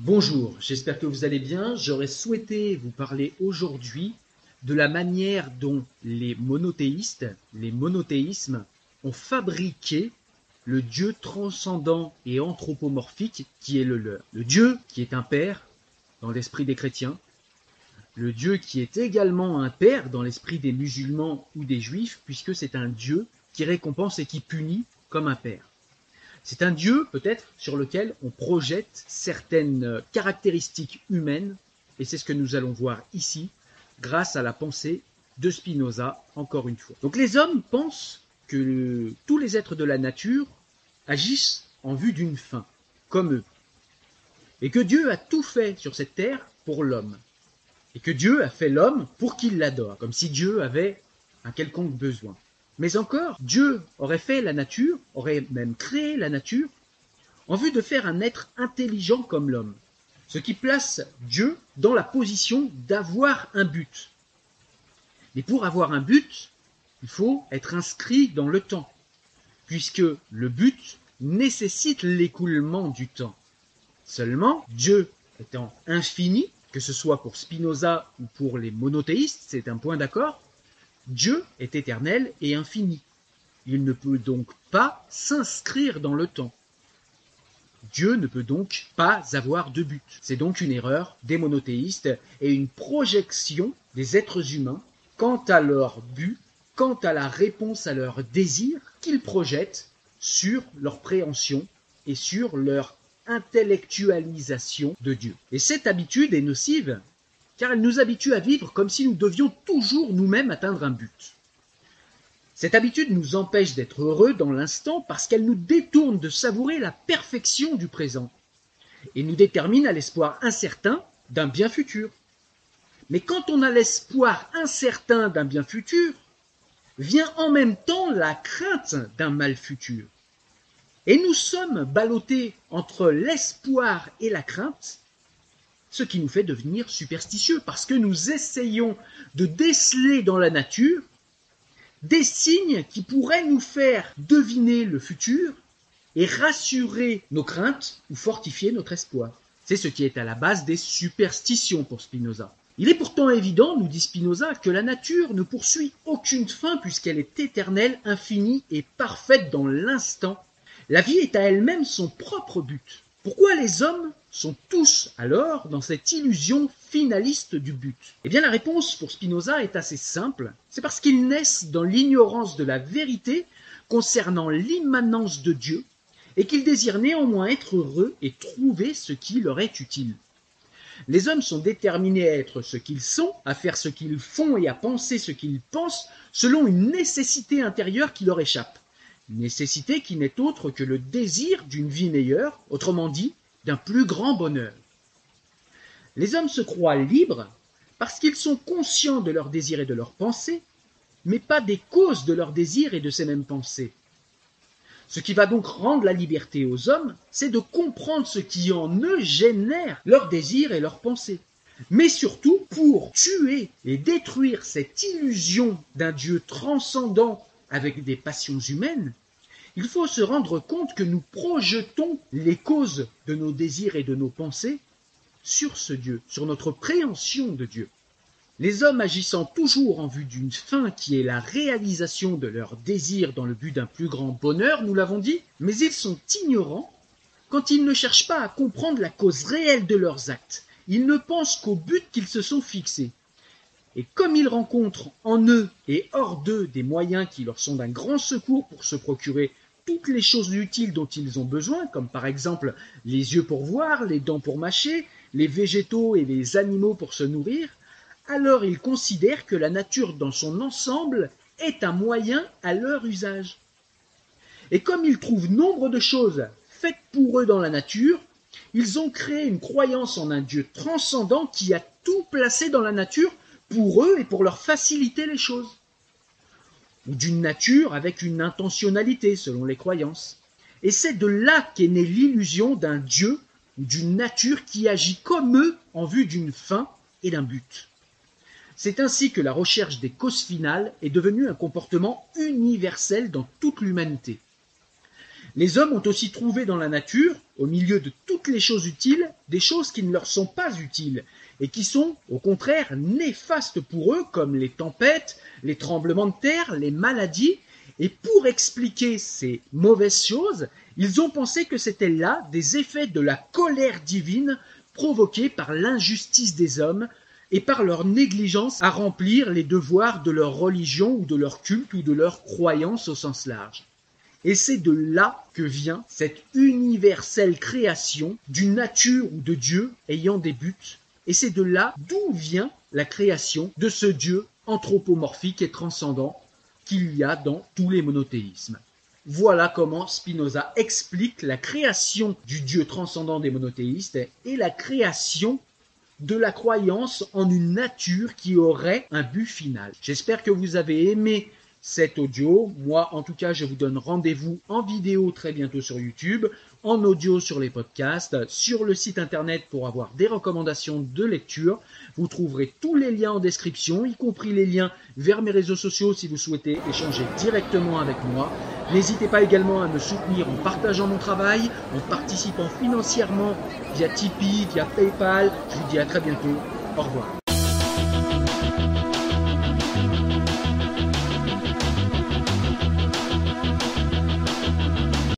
Bonjour, j'espère que vous allez bien. J'aurais souhaité vous parler aujourd'hui de la manière dont les monothéistes, les monothéismes, ont fabriqué le Dieu transcendant et anthropomorphique qui est le leur. Le Dieu qui est un père dans l'esprit des chrétiens, le Dieu qui est également un père dans l'esprit des musulmans ou des juifs, puisque c'est un Dieu qui récompense et qui punit comme un père. C'est un Dieu, peut-être, sur lequel on projette certaines caractéristiques humaines, et c'est ce que nous allons voir ici, grâce à la pensée de Spinoza, encore une fois. Donc les hommes pensent que tous les êtres de la nature agissent en vue d'une fin, comme eux, et que Dieu a tout fait sur cette terre pour l'homme, et que Dieu a fait l'homme pour qu'il l'adore, comme si Dieu avait un quelconque besoin. Mais encore, Dieu aurait fait la nature, aurait même créé la nature, en vue de faire un être intelligent comme l'homme, ce qui place Dieu dans la position d'avoir un but. Mais pour avoir un but, il faut être inscrit dans le temps, puisque le but nécessite l'écoulement du temps. Seulement, Dieu étant infini, que ce soit pour Spinoza ou pour les monothéistes, c'est un point d'accord, Dieu est éternel et infini. Il ne peut donc pas s'inscrire dans le temps. Dieu ne peut donc pas avoir de but. C'est donc une erreur des monothéistes et une projection des êtres humains quant à leur but, quant à la réponse à leurs désirs qu'ils projettent sur leur préhension et sur leur intellectualisation de Dieu. Et cette habitude est nocive, car elle nous habitue à vivre comme si nous devions toujours nous-mêmes atteindre un but. Cette habitude nous empêche d'être heureux dans l'instant parce qu'elle nous détourne de savourer la perfection du présent et nous détermine à l'espoir incertain d'un bien futur. Mais quand on a l'espoir incertain d'un bien futur, vient en même temps la crainte d'un mal futur. Et nous sommes ballottés entre l'espoir et la crainte, ce qui nous fait devenir superstitieux, parce que nous essayons de déceler dans la nature des signes qui pourraient nous faire deviner le futur et rassurer nos craintes ou fortifier notre espoir. C'est ce qui est à la base des superstitions pour Spinoza. Il est pourtant évident, nous dit Spinoza, que la nature ne poursuit aucune fin puisqu'elle est éternelle, infinie et parfaite dans l'instant. La vie est à elle-même son propre but. Pourquoi les hommes sont tous alors dans cette illusion finaliste du but? Eh bien la réponse pour Spinoza est assez simple, c'est parce qu'ils naissent dans l'ignorance de la vérité concernant l'immanence de Dieu et qu'ils désirent néanmoins être heureux et trouver ce qui leur est utile. Les hommes sont déterminés à être ce qu'ils sont, à faire ce qu'ils font et à penser ce qu'ils pensent selon une nécessité intérieure qui leur échappe. Nécessité qui n'est autre que le désir d'une vie meilleure, autrement dit, d'un plus grand bonheur. Les hommes se croient libres parce qu'ils sont conscients de leurs désirs et de leurs pensées, mais pas des causes de leurs désirs et de ces mêmes pensées. Ce qui va donc rendre la liberté aux hommes, c'est de comprendre ce qui en eux génère leurs désirs et leurs pensées. Mais surtout, pour tuer et détruire cette illusion d'un Dieu transcendant avec des passions humaines, il faut se rendre compte que nous projetons les causes de nos désirs et de nos pensées sur ce Dieu, sur notre préhension de Dieu. Les hommes agissant toujours en vue d'une fin qui est la réalisation de leurs désirs dans le but d'un plus grand bonheur, nous l'avons dit, mais ils sont ignorants quand ils ne cherchent pas à comprendre la cause réelle de leurs actes. Ils ne pensent qu'au but qu'ils se sont fixés. Et comme ils rencontrent en eux et hors d'eux des moyens qui leur sont d'un grand secours pour se procurer toutes les choses utiles dont ils ont besoin, comme par exemple les yeux pour voir, les dents pour mâcher, les végétaux et les animaux pour se nourrir, alors ils considèrent que la nature dans son ensemble est un moyen à leur usage. Et comme ils trouvent nombre de choses faites pour eux dans la nature, ils ont créé une croyance en un Dieu transcendant qui a tout placé dans la nature pour eux et pour leur faciliter les choses. Ou d'une nature avec une intentionnalité selon les croyances. Et c'est de là qu'est née l'illusion d'un Dieu ou d'une nature qui agit comme eux en vue d'une fin et d'un but. C'est ainsi que la recherche des causes finales est devenue un comportement universel dans toute l'humanité. Les hommes ont aussi trouvé dans la nature, au milieu de toutes les choses utiles, des choses qui ne leur sont pas utiles et qui sont, au contraire, néfastes pour eux, comme les tempêtes, les tremblements de terre, les maladies. Et pour expliquer ces mauvaises choses, ils ont pensé que c'était là des effets de la colère divine provoqués par l'injustice des hommes et par leur négligence à remplir les devoirs de leur religion ou de leur culte ou de leur croyance au sens large. Et c'est de là que vient cette universelle création d'une nature ou de Dieu ayant des buts. Et c'est de là d'où vient la création de ce Dieu anthropomorphique et transcendant qu'il y a dans tous les monothéismes. Voilà comment Spinoza explique la création du Dieu transcendant des monothéistes et la création de la croyance en une nature qui aurait un but final. J'espère que vous avez aimé cet audio. Moi, en tout cas, je vous donne rendez-vous en vidéo très bientôt sur YouTube, en audio sur les podcasts, sur le site internet pour avoir des recommandations de lecture. Vous trouverez tous les liens en description, y compris les liens vers mes réseaux sociaux si vous souhaitez échanger directement avec moi. N'hésitez pas également à me soutenir en partageant mon travail, en participant financièrement via Tipeee, via PayPal. Je vous dis à très bientôt. Au revoir.